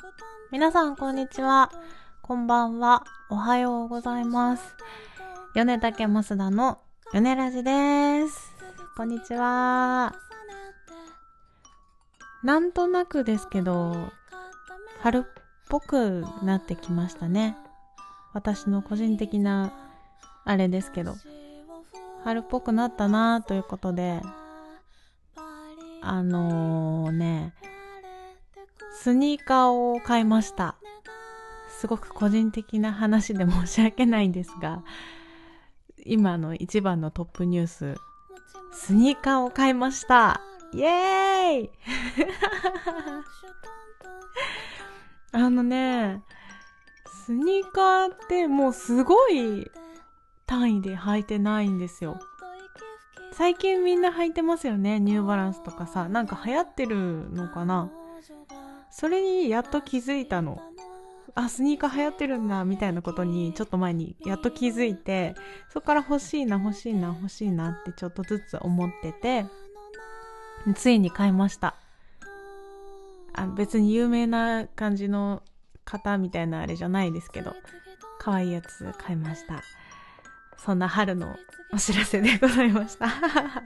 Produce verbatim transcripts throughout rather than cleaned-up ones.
皆さんこんにちは、こんばんは、おはようございます。米竹増田の米ラジです。こんにちは。なんとなくですけど、春っぽくなってきましたね。私の個人的なあれですけど、春っぽくなったなということで、あのーね、スニーカーを買いました。すごく個人的な話で申し訳ないんですが、今の一番のトップニュース、スニーカーを買いました。イエーイあのね、スニーカーってもうすごい単位で履いてないんですよ。最近みんな履いてますよね。ニューバランスとかさ、なんか流行ってるのかな。それにやっと気づいたの。あ、スニーカー流行ってるんだみたいなことにちょっと前にやっと気づいて、そこから欲しいな欲しいな欲しいなってちょっとずつ思ってて、ついに買いました。あ、別に有名な感じの方みたいなあれじゃないですけど、可愛いやつ買いました。そんな春のお知らせでございました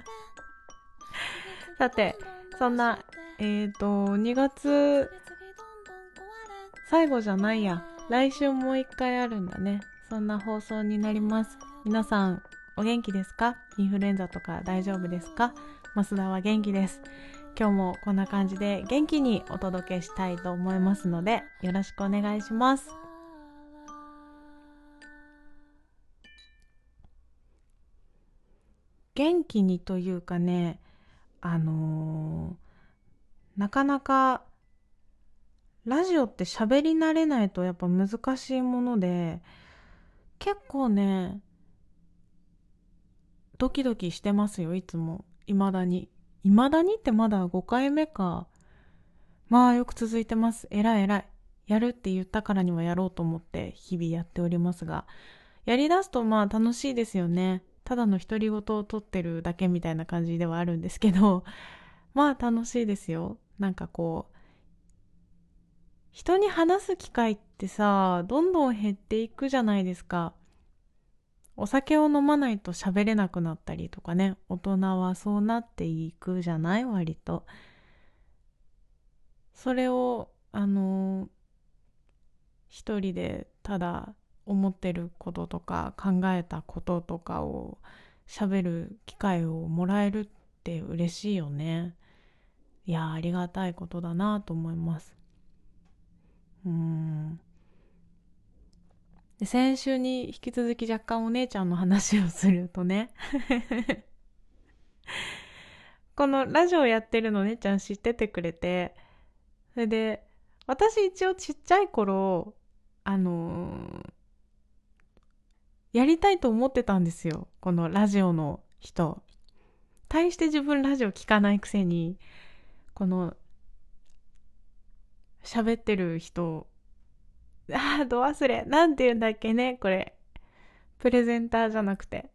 さて、そんなえっとにがつ最後じゃないや、来週もう一回あるんだね。そんな放送になります。皆さんお元気ですか？インフルエンザとか大丈夫ですか？増田は元気です。今日もこんな感じで元気にお届けしたいと思いますので、よろしくお願いします。元気にというかね、あのー、なかなかラジオって喋り慣れないとやっぱ難しいもので、結構ね、ドキドキしてますよ、いつも。未だに。未だにってまだごかいめか。まあよく続いてます。えらいえらい。やるって言ったからにはやろうと思って日々やっておりますが、やりだすとまあ楽しいですよね。ただの独り言を撮ってるだけみたいな感じではあるんですけど、まあ楽しいですよ。なんかこう、人に話す機会ってさ、どんどん減っていくじゃないですか。お酒を飲まないと喋れなくなったりとかね、大人はそうなっていくじゃない、割と。それをあの一人でただ思ってることとか考えたこととかを喋る機会をもらえるって嬉しいよね。いや、ありがたいことだなと思います。うーんで、先週に引き続き若干お姉ちゃんの話をするとねこのラジオやってるのお姉ちゃん知っててくれて、それで私一応ちっちゃい頃あのーやりたいと思ってたんですよ、このラジオの人。大して自分ラジオ聞かないくせに、この喋ってる人、あーど忘れ、なんて言うんだっけね、これ。プレゼンターじゃなくて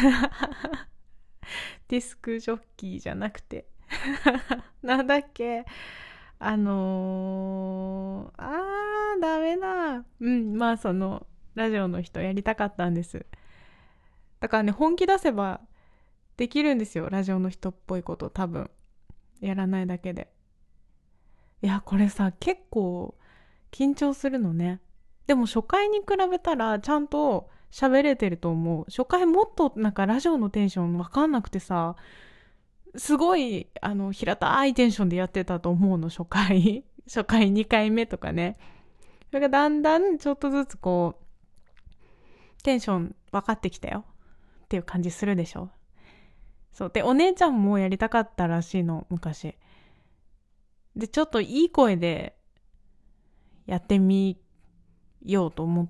ディスクジョッキーじゃなくてなんだっけ、あのー、あーダメだ、うん、まあそのラジオの人やりたかったんです。だからね、本気出せばできるんですよ、ラジオの人っぽいこと。多分やらないだけで。いや、これさ、結構緊張するのね。でも初回に比べたらちゃんと喋れてると思う。初回もっとなんかラジオのテンションわかんなくてさ、すごいあの平たいテンションでやってたと思うの、初回初回にかいめとかね。それがだんだんちょっとずつこうテンション分かってきたよっていう感じするでしょ。そうで、お姉ちゃんもやりたかったらしいの、昔。で、ちょっといい声でやってみようと思って。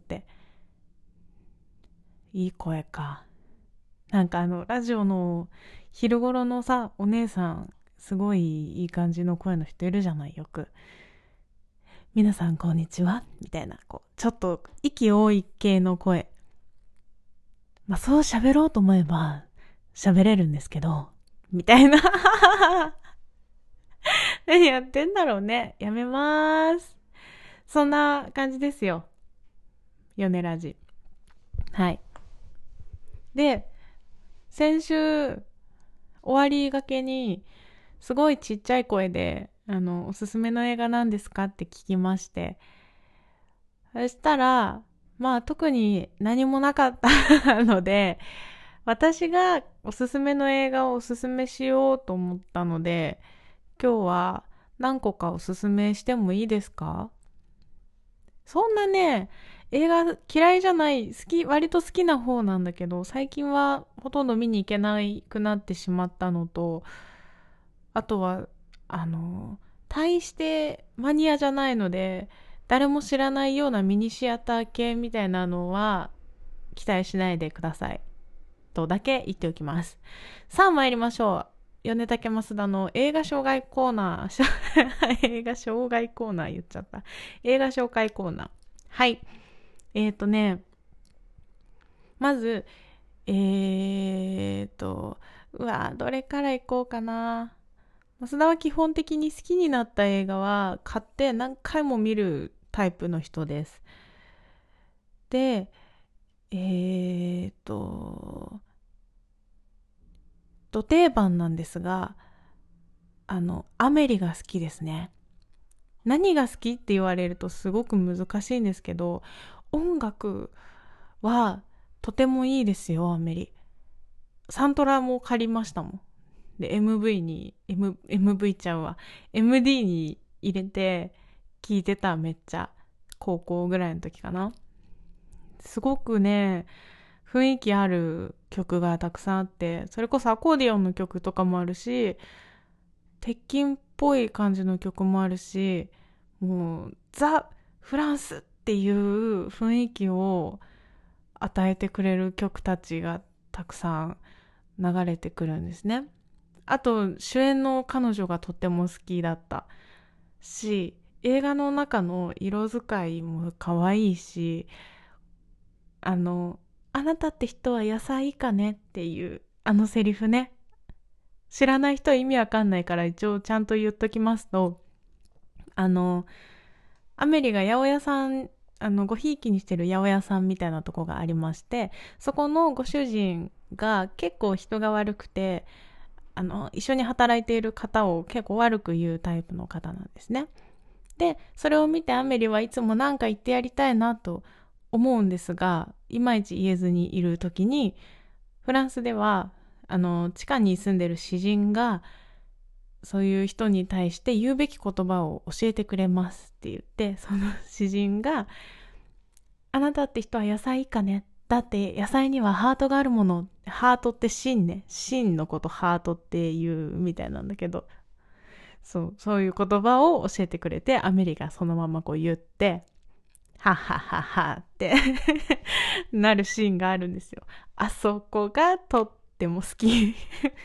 いい声か。なんかあのラジオの昼頃のさ、お姉さんすごいいい感じの声の人いるじゃない、よく。皆さんこんにちはみたいな、こうちょっと息多い系の声。まあそう喋ろうと思えば喋れるんですけど、みたいな何やってんだろうね。やめまーす。 そんな感じですよ。ヨネラジ。はい。で、先週、終わりがけに、すごいちっちゃい声で、あの、おすすめの映画なんですかって聞きまして、そしたら、まあ特に何もなかったので、私がおすすめの映画をおすすめしようと思ったので、今日は何個かおすすめしてもいいですか？そんなね、映画嫌いじゃない、好き、割と好きな方なんだけど、最近はほとんど見に行けなくなってしまったのと、あとは、あの、大してマニアじゃないので、誰も知らないようなミニシアター系みたいなのは期待しないでください。とだけ言っておきます。さあ参りましょう。米竹増田の映画紹介コーナー。映画紹介コーナー言っちゃった。映画紹介コーナー。はい。えーとね、まず、えーと、うわ、どれから行こうかな。増田は基本的に好きになった映画は買って何回も見るタイプの人です。で、えーと、ど定番なんですが、あの、アメリが好きですね。何が好きって言われるとすごく難しいんですけど、音楽はとてもいいですよ、アメリ。サントラも借りましたもん。で、エムブイ に、M、エムブイ ちゃうわ。エムディー に入れて聴いてた、めっちゃ。高校ぐらいの時かな。すごくね、雰囲気ある曲がたくさんあって、それこそアコーディオンの曲とかもあるし、鉄筋っぽい感じの曲もあるし、もうザ・フランスっていう雰囲気を与えてくれる曲たちがたくさん流れてくるんですね。あと主演の彼女がとっても好きだったし、映画の中の色使いも可愛いし、あのあなたって人は野菜かねっていうあのセリフね、知らない人は意味わかんないから一応ちゃんと言っときますと、あのアメリが八百屋さん、あのごひいきにしてる八百屋さんみたいなとこがありまして、そこのご主人が結構人が悪くて、あの一緒に働いている方を結構悪く言うタイプの方なんですね。でそれを見てアメリはいつも何か言ってやりたいなと思うんですが、いまいち言えずにいる時に、フランスではあの地下に住んでる詩人がそういう人に対して言うべき言葉を教えてくれますって言って、その詩人が、あなたって人は野菜かね、だって野菜にはハートがあるもの、ハートって芯ね、芯のことハートっていうみたいなんだけど、そうそういう言葉を教えてくれて、アメリがそのままこう言って、はっはっはっはってなるシーンがあるんですよ。あそこがとっても好き。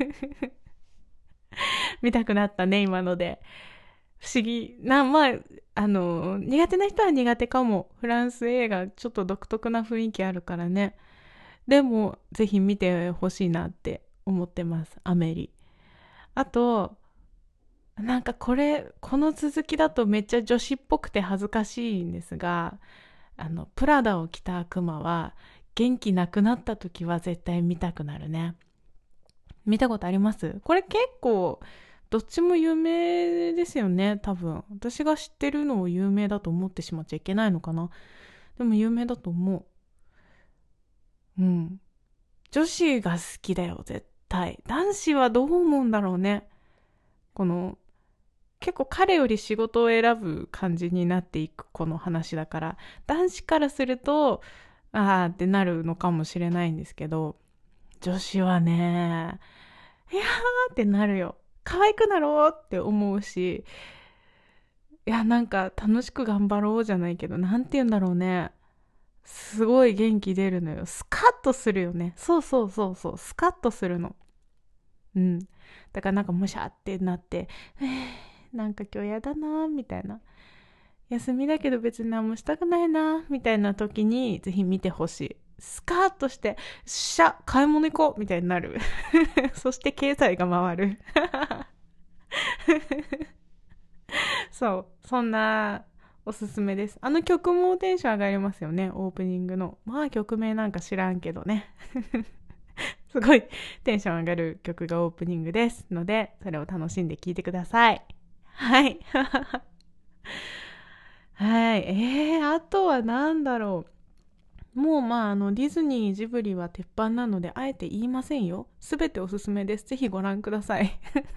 見たくなったね、今ので。不思議な、まあ、あの、苦手な人は苦手かも。フランス映画、ちょっと独特な雰囲気あるからね。でも、ぜひ見てほしいなって思ってます、アメリ。あと、なんかこれ、この続きだとめっちゃ女子っぽくて恥ずかしいんですが、あの、プラダを着た悪魔は、元気なくなった時は絶対見たくなるね。見たことあります？これ結構、どっちも有名ですよね、多分。私が知ってるのを有名だと思ってしまっちゃいけないのかな。でも有名だと思う。うん。女子が好きだよ、絶対。男子はどう思うんだろうね。この、結構彼より仕事を選ぶ感じになっていくこの話だから、男子からすると、あーってなるのかもしれないんですけど、女子はね、いやーってなるよ。可愛くなろうって思うし、いや、なんか楽しく頑張ろうじゃないけど、なんて言うんだろうね。すごい元気出るのよ。スカッとするよね。そうそうそうそう、スカッとするの。うん。だからなんかむしゃってなって、えー、なんか今日やだなみたいな。休みだけど別に何もしたくないなみたいな時にぜひ見てほしい。スカッとして、しゃ、買い物行こうみたいになる。そして経済が回る。そう、そんなおすすめです。あの曲もテンション上がりますよね、オープニングの。まあ曲名なんか知らんけどね。すごいテンション上がる曲がオープニングですので、それを楽しんで聴いてください。はい。はい。えー、あとは何だろう。もうまあ、あの、ディズニー、ジブリは鉄板なので、あえて言いませんよ。すべておすすめです。ぜひご覧ください。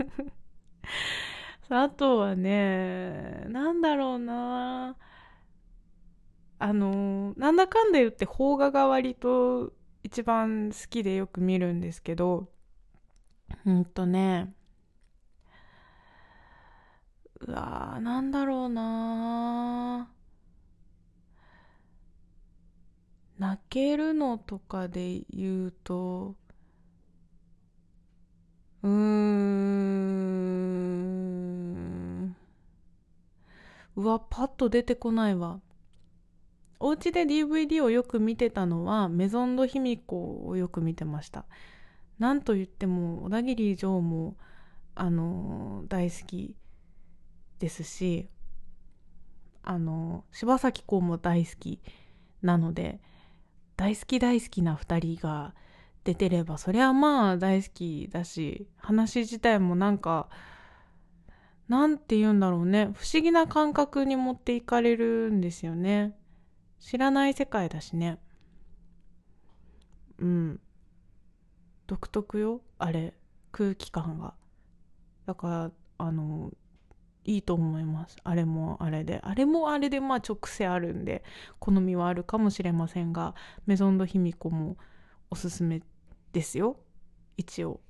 あとはね、なんだろうな。あの、なんだかんだ言って邦画が割と一番好きでよく見るんですけど、うんとね、うわー、なんだろうな。泣けるのとかで言うと、うーん、うわ、パッと出てこないわ。お家で ディーブイディー をよく見てたのは、メゾンド卑弥呼をよく見てました。なんと言っても、小田切城も、あのー大好きですし、あのー柴咲コウも大好きなので、大好き大好きな二人が出てれば、そりゃまあ大好きだし、話自体もなんか、なんて言うんだろうね、不思議な感覚に持っていかれるんですよね。知らない世界だしね。うん。独特よ、あれ。空気感が。だから、あの、いいと思います。あれもあれで。あれもあれで、まあ、ちょっと癖あるんで、好みはあるかもしれませんが、メゾンド卑弥呼もおすすめですよ。一応。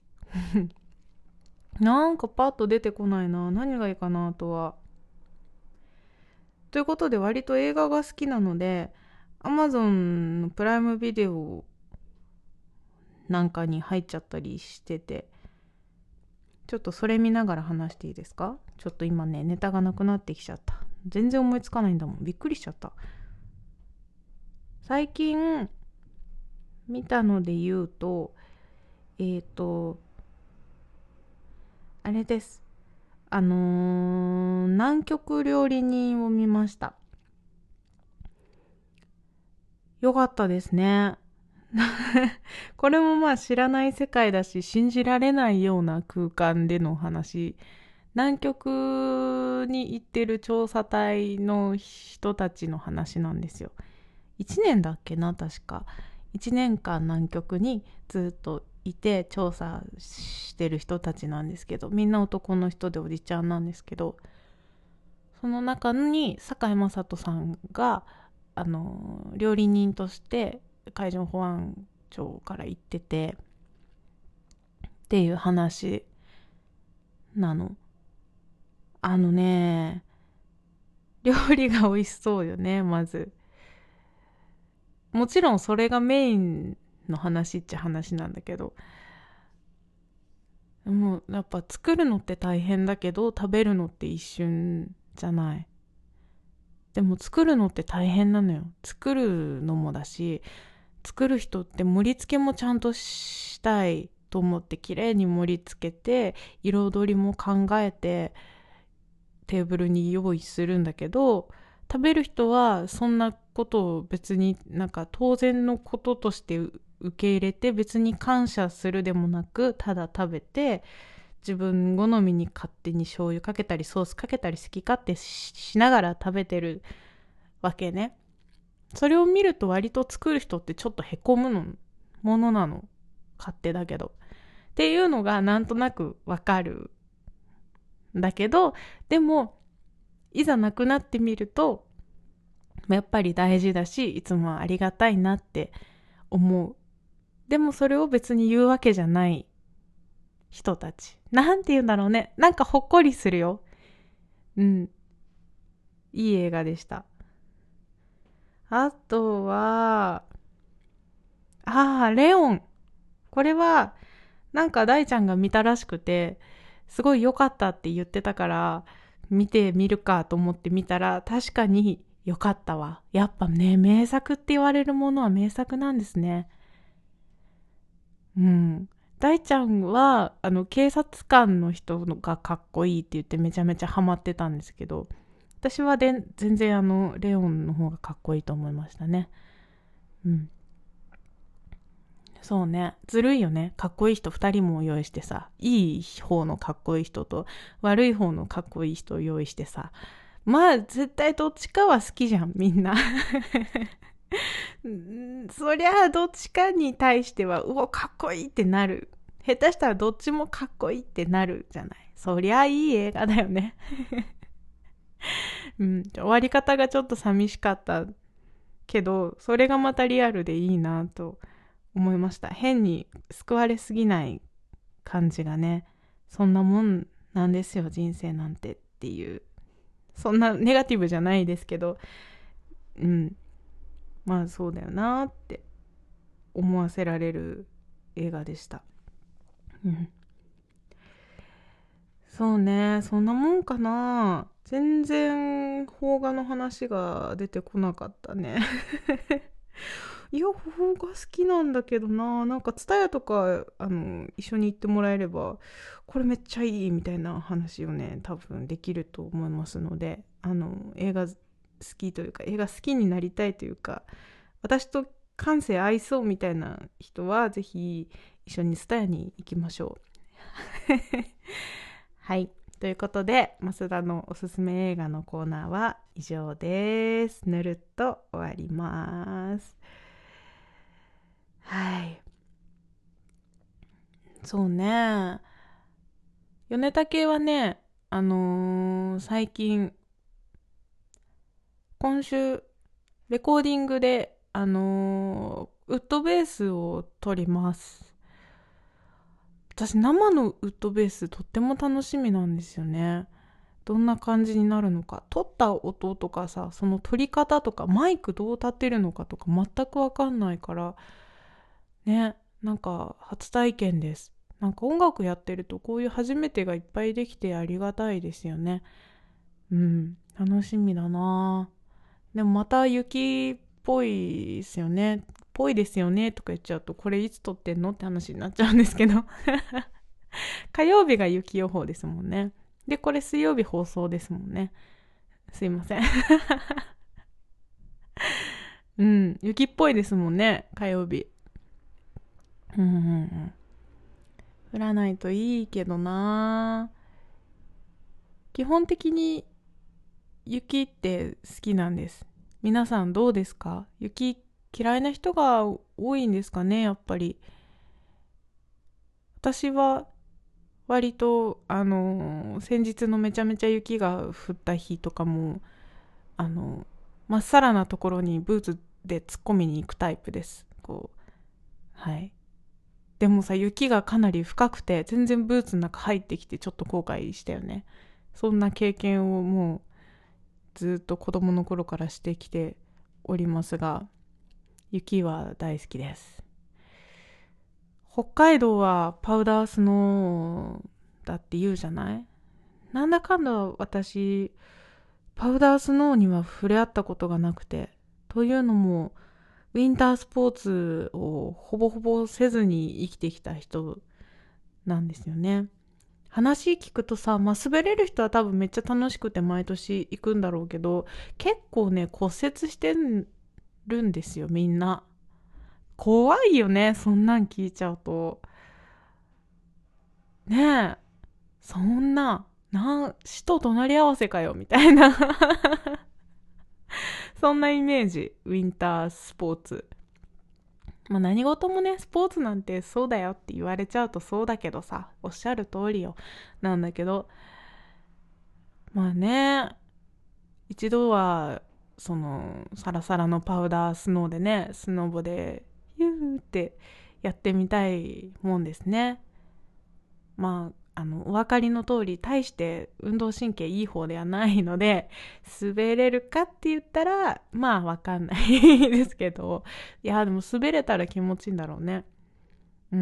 なんかパッと出てこないな。何がいいかな、あとは。ということで、割と映画が好きなので、Amazon のプライムビデオなんかに入っちゃったりしてて、ちょっとそれ見ながら話していいですか？ちょっと今ね、ネタがなくなってきちゃった。全然思いつかないんだもん。びっくりしちゃった。最近見たので言うと、えっ、ー、と、あれです。あのー、南極料理人を見ました。よかったですね。これもまあ知らない世界だし、信じられないような空間での話。南極に行ってる調査隊の人たちの話なんですよ。いちねんだっけな、確か。いちねんかん南極にずっといて調査してる人たちなんですけど、みんな男の人でおじちゃんなんですけど、その中に堺雅人さんが、あの、料理人として海上保安庁から行ってて、っていう話なの。あのね、料理が美味しそうよね、まず。もちろんそれがメインの話っちゃ話なんだけど、もうやっぱ作るのって大変だけど、食べるのって一瞬じゃない。でも作るのって大変なのよ。作るのもだし、作る人って盛り付けもちゃんとしたいと思って綺麗に盛り付けて、彩りも考えてテーブルに用意するんだけど、食べる人はそんなことを別になんか当然のこととして受け入れて、別に感謝するでもなく、ただ食べて自分好みに勝手に醤油かけたりソースかけたり好き勝手しながら食べてるわけね。それを見ると割と作る人ってちょっとへこむのものなの。勝手だけど。っていうのがなんとなくわかるんだけど、でもいざなくなってみるとやっぱり大事だし、いつもありがたいなって思う。でもそれを別に言うわけじゃない人たち。なんて言うんだろうね。なんかほっこりするよ。うん。いい映画でした。あとは、ああ、レオン。これは、なんか大ちゃんが見たらしくて、すごい良かったって言ってたから、見てみるかと思って見たら、確かに良かったわ。やっぱね、名作って言われるものは名作なんですね。うん。大ちゃんは、あの、警察官の人がかっこいいって言ってめちゃめちゃハマってたんですけど、 私はで全然あのレオンの方がかっこいいと思いましたね。うん。そうね。ずるいよね。かっこいい人ふたりも用意してさ、いい方のかっこいい人と悪い方のかっこいい人を用意してさ、まあ絶対どっちかは好きじゃん、みんな。そりゃあどっちかに対しては、うお、かっこいいってなる。下手したらどっちもかっこいいってなるじゃない。そりゃいい映画だよね。うん、終わり方がちょっと寂しかったけど、それがまたリアルでいいなと思いました。変に救われすぎない感じがね、そんなもんなんですよ、人生なんてっていう。そんなネガティブじゃないですけど、うん、まあそうだよなって思わせられる映画でした。うん、そうね、そんなもんかな。全然邦画の話が出てこなかったね。いや、邦画好きなんだけどな。なんか、ツタヤとか、あの、一緒に行ってもらえれば、これめっちゃいいみたいな話をね、多分できると思いますので、あの、映画好きというか、映画好きになりたいというか、私と感性合いそうみたいな人は、ぜひ一緒にツタヤに行きましょう。はい。ということで、増田のおすすめ映画のコーナーは以上です。ぬるっと終わります。はい。そうね。米竹はね、あのー最近、今週、レコーディングで、あのーウッドベースを撮ります。私、生のウッドベースとっても楽しみなんですよね。どんな感じになるのか。撮った音とかさ、その撮り方とか、マイクどう立てるのかとか全くわかんないから、ね、なんか初体験です。なんか音楽やってるとこういう初めてがいっぱいできてありがたいですよね。うん、楽しみだな。でもまた雪っぽいですよね。ぽいですよねとか言っちゃうと、これいつ撮ってんのって話になっちゃうんですけど。火曜日が雪予報ですもんね。で、これ水曜日放送ですもんね。すいません。うん、雪っぽいですもんね、火曜日。うんうんうん。降らないといいけどな。基本的に雪って好きなんです。皆さんどうですか？雪嫌いな人が多いんですかね、やっぱり。私は割と、あのー先日のめちゃめちゃ雪が降った日とかも、あのまっさらなところにブーツで突っ込みに行くタイプです。こう、はい。でもさ、雪がかなり深くて、全然ブーツの中入ってきてちょっと後悔したよね。そんな経験をもうずっと子供の頃からしてきておりますが、雪は大好きです。北海道はパウダースノーだって言うじゃない？なんだかんだ私、パウダースノーには触れ合ったことがなくて、というのも、ウィンタースポーツをほぼほぼせずに生きてきた人なんですよね。話聞くとさ、まあ、滑れる人は多分めっちゃ楽しくて毎年行くんだろうけど、結構ね、骨折してるんですよ、みんな。怖いよね、そんなん聞いちゃうと。ねえ、そんな、な、死と隣り合わせかよ、みたいな。そんなイメージ、ウィンタースポーツ。まあ何事もね、スポーツなんてそうだよって言われちゃうとそうだけどさ、おっしゃる通りよ。なんだけど、まあね、一度は、その、サラサラのパウダースノーでね、スノボで、ヒューってやってみたいもんですね。まあ、あの、お分かりの通り、大して運動神経いい方ではないので、滑れるかって言ったら、まあ、わかんないですけど、いや、でも滑れたら気持ちいいんだろうね。うん。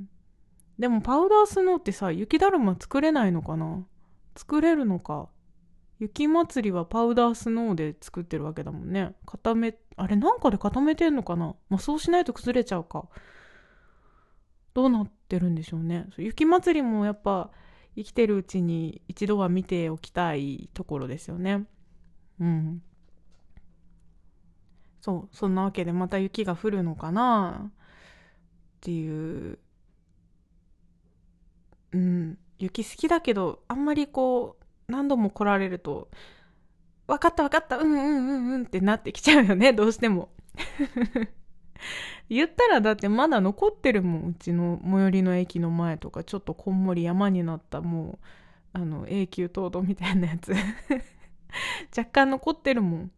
でも、パウダースノーってさ、雪だるま作れないのかな？作れるのか。雪祭りはパウダースノーで作ってるわけだもんね。固め、あれなんかで固めてんのかな？まあ、そうしないと崩れちゃうか。どうなってるんでしょうね。雪まつりもやっぱ生きてるうちに一度は見ておきたいところですよね。 うん。そう、そんなわけでまた雪が降るのかなっていう、うん、雪好きだけど、あんまりこう、何度も来られると、わかったわかった、うんうんうんうんってなってきちゃうよね、どうしても。言ったらだってまだ残ってるもん、うちの最寄りの駅の前とか、ちょっとこんもり山になったもう、あの、永久凍土みたいなやつ。若干残ってるもん。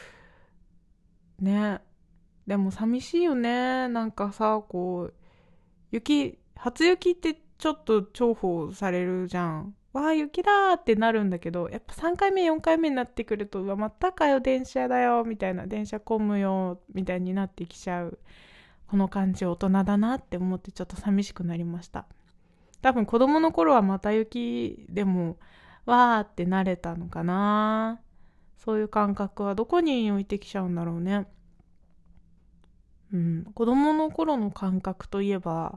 ね。でも寂しいよね。なんかさ、こう、雪、初雪ってちょっと重宝されるじゃん。わあ、雪だーってなるんだけど、やっぱさんかいめ、よんかいめになってくると、うわ、またかよ、電車だよ、みたいな、電車混むよ、みたいになってきちゃう。この感じ大人だなって思ってちょっと寂しくなりました。多分子供の頃はまた雪でも、わーって慣れたのかな。そういう感覚はどこに置いてきちゃうんだろうね。うん、子供の頃の感覚といえば、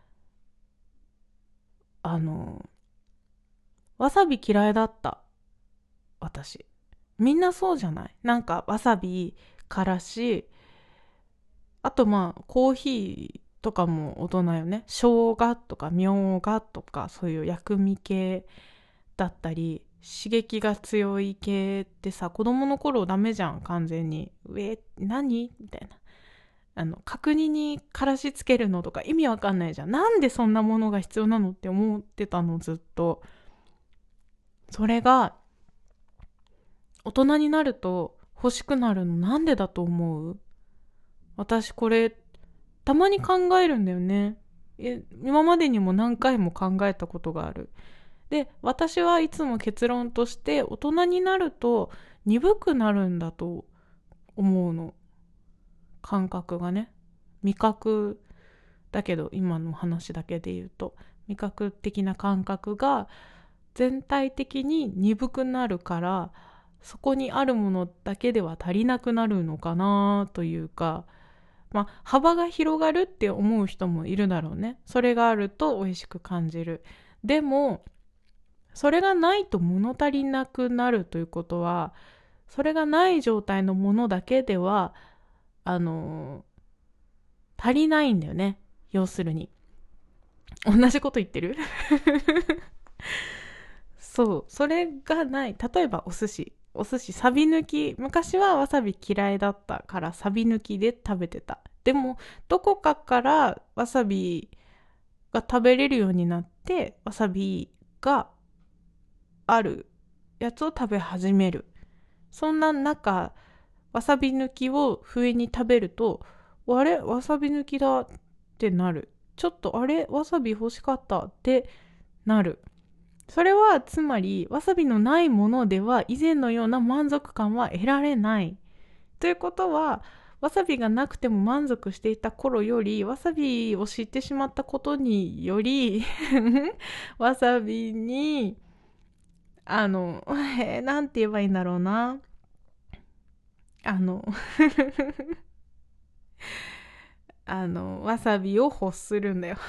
あの、わさび嫌いだった。私。みんなそうじゃない？なんか、わさび、からし、あとまあ、コーヒーとかも大人よね。生姜とかみょうがとか、そういう薬味系だったり、刺激が強い系ってさ、子供の頃ダメじゃん、完全に。え、何みたいな。あの、角煮にからしつけるのとか意味わかんないじゃん。なんでそんなものが必要なのって思ってたの、ずっと。それが、大人になると欲しくなるのなんでだと思う？私これ、たまに考えるんだよね。え、今までにも何回も考えたことがある。で、私はいつも結論として、大人になると鈍くなるんだと思うの。感覚がね。味覚だけど、今の話だけで言うと、味覚的な感覚が全体的に鈍くなるから、そこにあるものだけでは足りなくなるのかなというか、まあ、幅が広がるって思う人もいるだろうね。それがあると美味しく感じる。でも、それがないと物足りなくなるということは、それがない状態のものだけでは、あの足りないんだよね。要するに。同じこと言ってる。そう。それがない。例えばお寿司。お寿司、サビ抜き。昔はわさび嫌いだったからサビ抜きで食べてた。でも、どこかからわさびが食べれるようになって、わさびがあるやつを食べ始める。そんな中、わさび抜きを不意に食べると、あれわさび抜きだってなる。ちょっとあれわさび欲しかったってなる。それはつまりわさびのないものでは以前のような満足感は得られない。ということは、わさびがなくても満足していた頃より、わさびを知ってしまったことによりわさびに、あの、えー、なんて言えばいいんだろうな。あのあの、わさびを欲するんだよ。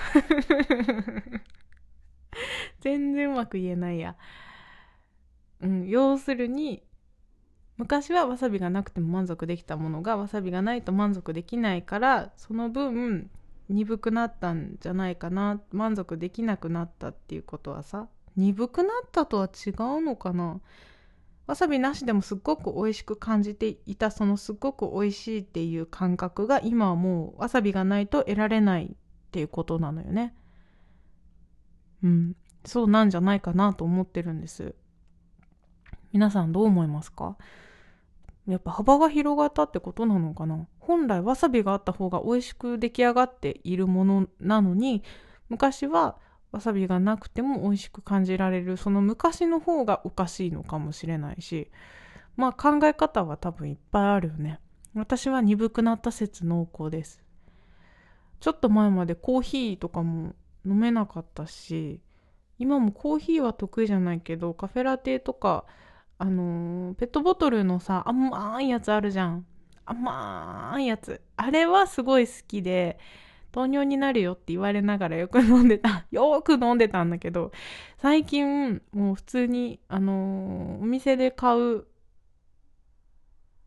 全然うまく言えないや。うん、要するに、昔はわさびがなくても満足できたものがわさびがないと満足できないから、その分鈍くなったんじゃないかな。満足できなくなったっていうことはさ、鈍くなったとは違うのかな。わさびなしでもすっごく美味しく感じていた、そのすっごく美味しいっていう感覚が今はもうわさびがないと得られないっていうことなのよね。うん、そうなんじゃないかなと思ってるんです。皆さんどう思いますか？やっぱ幅が広がったってことなのかな。本来わさびがあった方が美味しく出来上がっているものなのに、昔はわさびがなくても美味しく感じられる、その昔の方がおかしいのかもしれないし、まあ考え方は多分いっぱいあるよね。私は鈍くなった説濃厚です。ちょっと前までコーヒーとかも飲めなかったし、今もコーヒーは得意じゃないけど、カフェラテとか、あのーペットボトルのさ、甘いやつあるじゃん。甘いやつ。あれはすごい好きで、糖尿になるよって言われながらよく飲んでた。よく飲んでたんだけど、最近、もう普通に、あのーお店で買う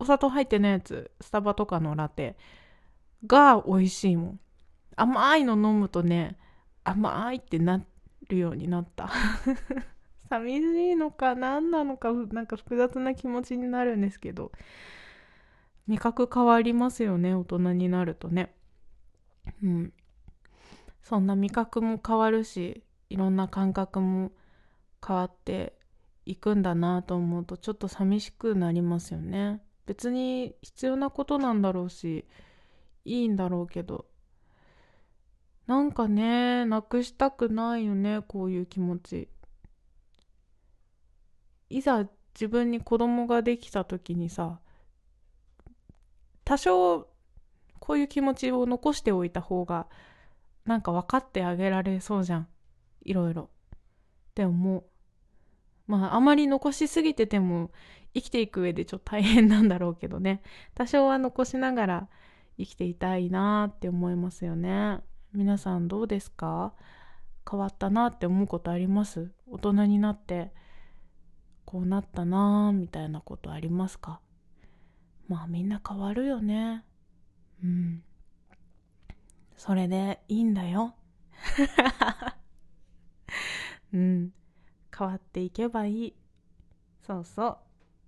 お砂糖入ってないやつ、スタバとかのラテが美味しいもん。甘いの飲むとね、甘いってなるようになった寂しいのか何なのか、なんか複雑な気持ちになるんですけど、味覚変わりますよね、大人になるとね。うん。そんな味覚も変わるし、いろんな感覚も変わっていくんだなと思うと、ちょっと寂しくなりますよね。別に必要なことなんだろうし、いいんだろうけど、なんかね、なくしたくないよね、こういう気持ち。いざ自分に子供ができた時にさ、多少こういう気持ちを残しておいた方が、なんか分かってあげられそうじゃん。いろいろ。でももう、まああまり残しすぎてても生きていく上でちょっと大変なんだろうけどね。多少は残しながら生きていたいなって思いますよね。皆さんどうですか？変わったなって思うことあります？大人になってこうなったなみたいなことありますか？まあみんな変わるよね。うん。それでいいんだよ。うん。変わっていけばいい。そうそう。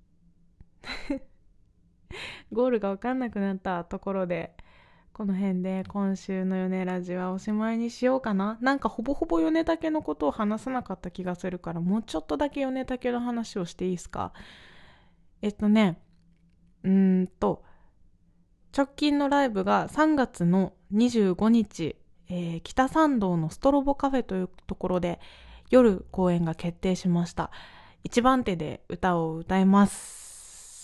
ゴールが分かんなくなったところで、この辺で今週のヨネラジはおしまいにしようかな。なんかほぼほぼヨネタケのことを話さなかった気がするから、もうちょっとだけヨネタケの話をしていいですか？えっとね、うーんと、直近のライブがさんがつのにじゅうごにち、えー北参道のストロボカフェというところで夜公演が決定しました。一番手で歌を歌います。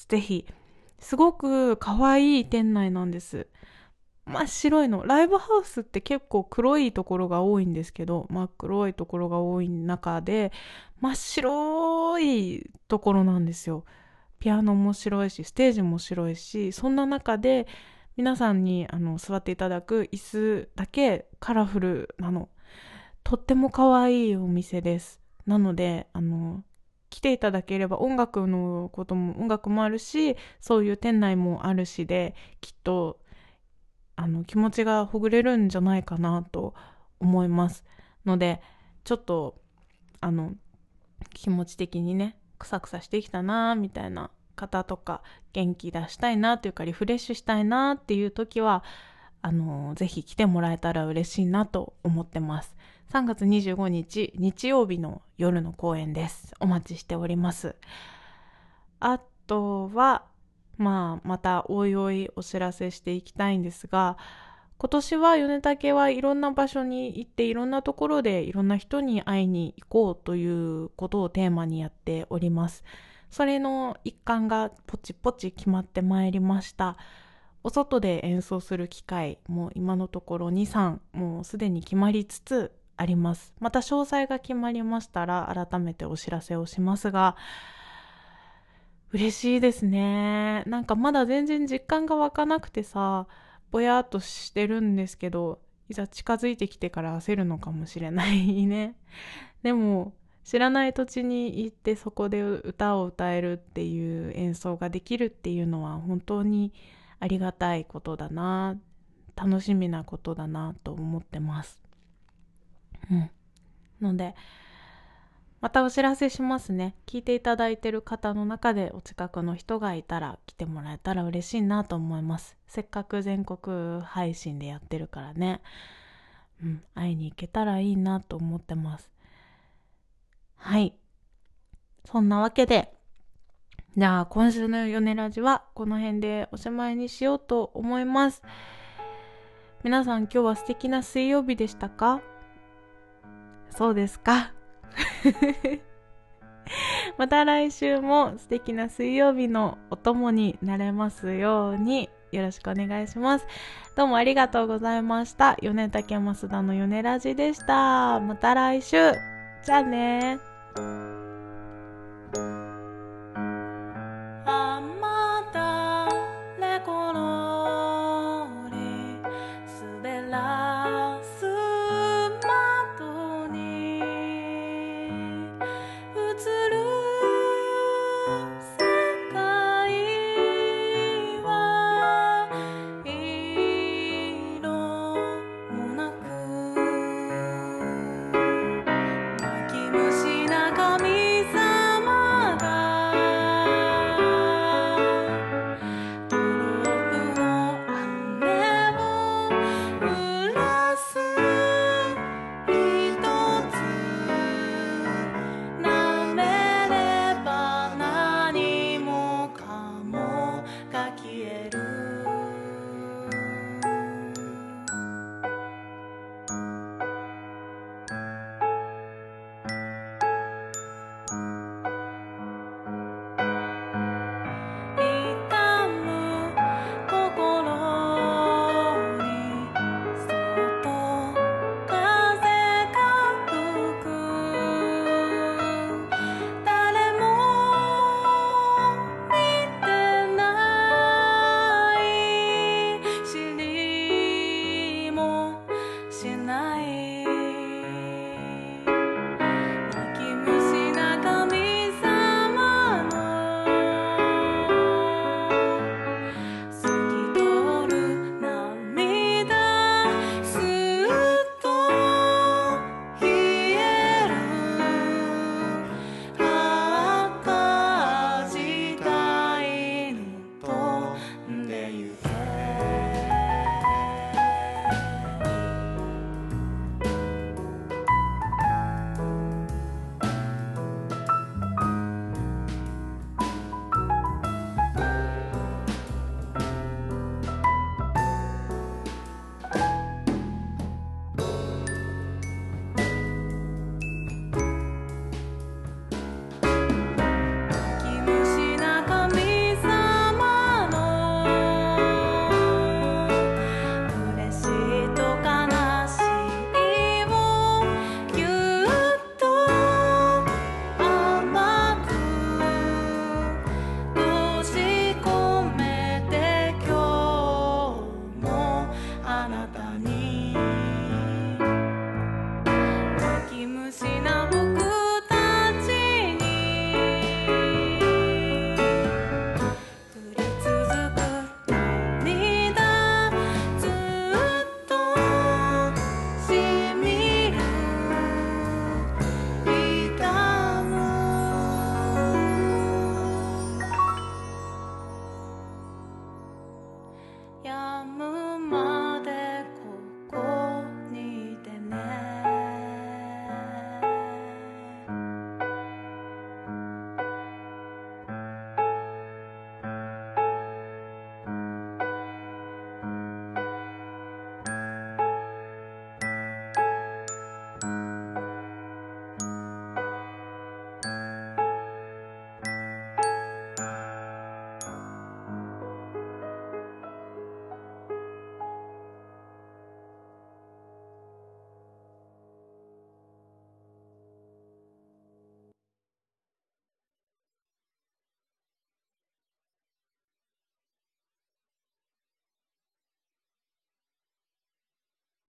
ぜひ。すごく可愛い店内なんです。真っ白いの。ライブハウスって結構黒いところが多いんですけど、真っ黒いところが多い中で、真っ白いところなんですよ。ピアノも白いし、ステージも白いし、そんな中で皆さんにあの座っていただく椅子だけカラフルなの。とっても可愛いお店です。なので、あの、来ていただければ音楽のことも、音楽もあるし、そういう店内もあるしで、きっと、あの、気持ちがほぐれるんじゃないかなと思います。ので、ちょっと、あの、気持ち的にね、クサクサしてきたなみたいな方とか、元気出したいなというかリフレッシュしたいなっていう時は、あのぜひ来てもらえたら嬉しいなと思ってます。さんがつにじゅうごにち日曜日の夜の公演です。お待ちしております。あとはまあまたおいおいお知らせしていきたいんですが、今年は米竹はいろんな場所に行っていろんなところでいろんな人に会いに行こうということをテーマにやっております。それの一環がポチポチ決まってまいりました。お外で演奏する機会も今のところに、さんもうすでに決まりつつあります。また詳細が決まりましたら改めてお知らせをしますが、嬉しいですね。なんかまだ全然実感が湧かなくてさ、ぼやっとしてるんですけど、いざ近づいてきてから焦るのかもしれないね。でも知らない土地に行ってそこで歌を歌えるっていう演奏ができるっていうのは本当にありがたいことだな、楽しみなことだなと思ってます。うん。のでまたお知らせしますね。聞いていただいている方の中でお近くの人がいたら来てもらえたら嬉しいなと思います。せっかく全国配信でやってるからね。うん、会いに行けたらいいなと思ってます。はい。そんなわけで、じゃあ今週のヨネラジはこの辺でおしまいにしようと思います。皆さん今日は素敵な水曜日でしたか？そうですか。また来週も素敵な水曜日のお供になれますようによろしくお願いします。どうもありがとうございました。米竹増田の米ラジでした。また来週。じゃあね。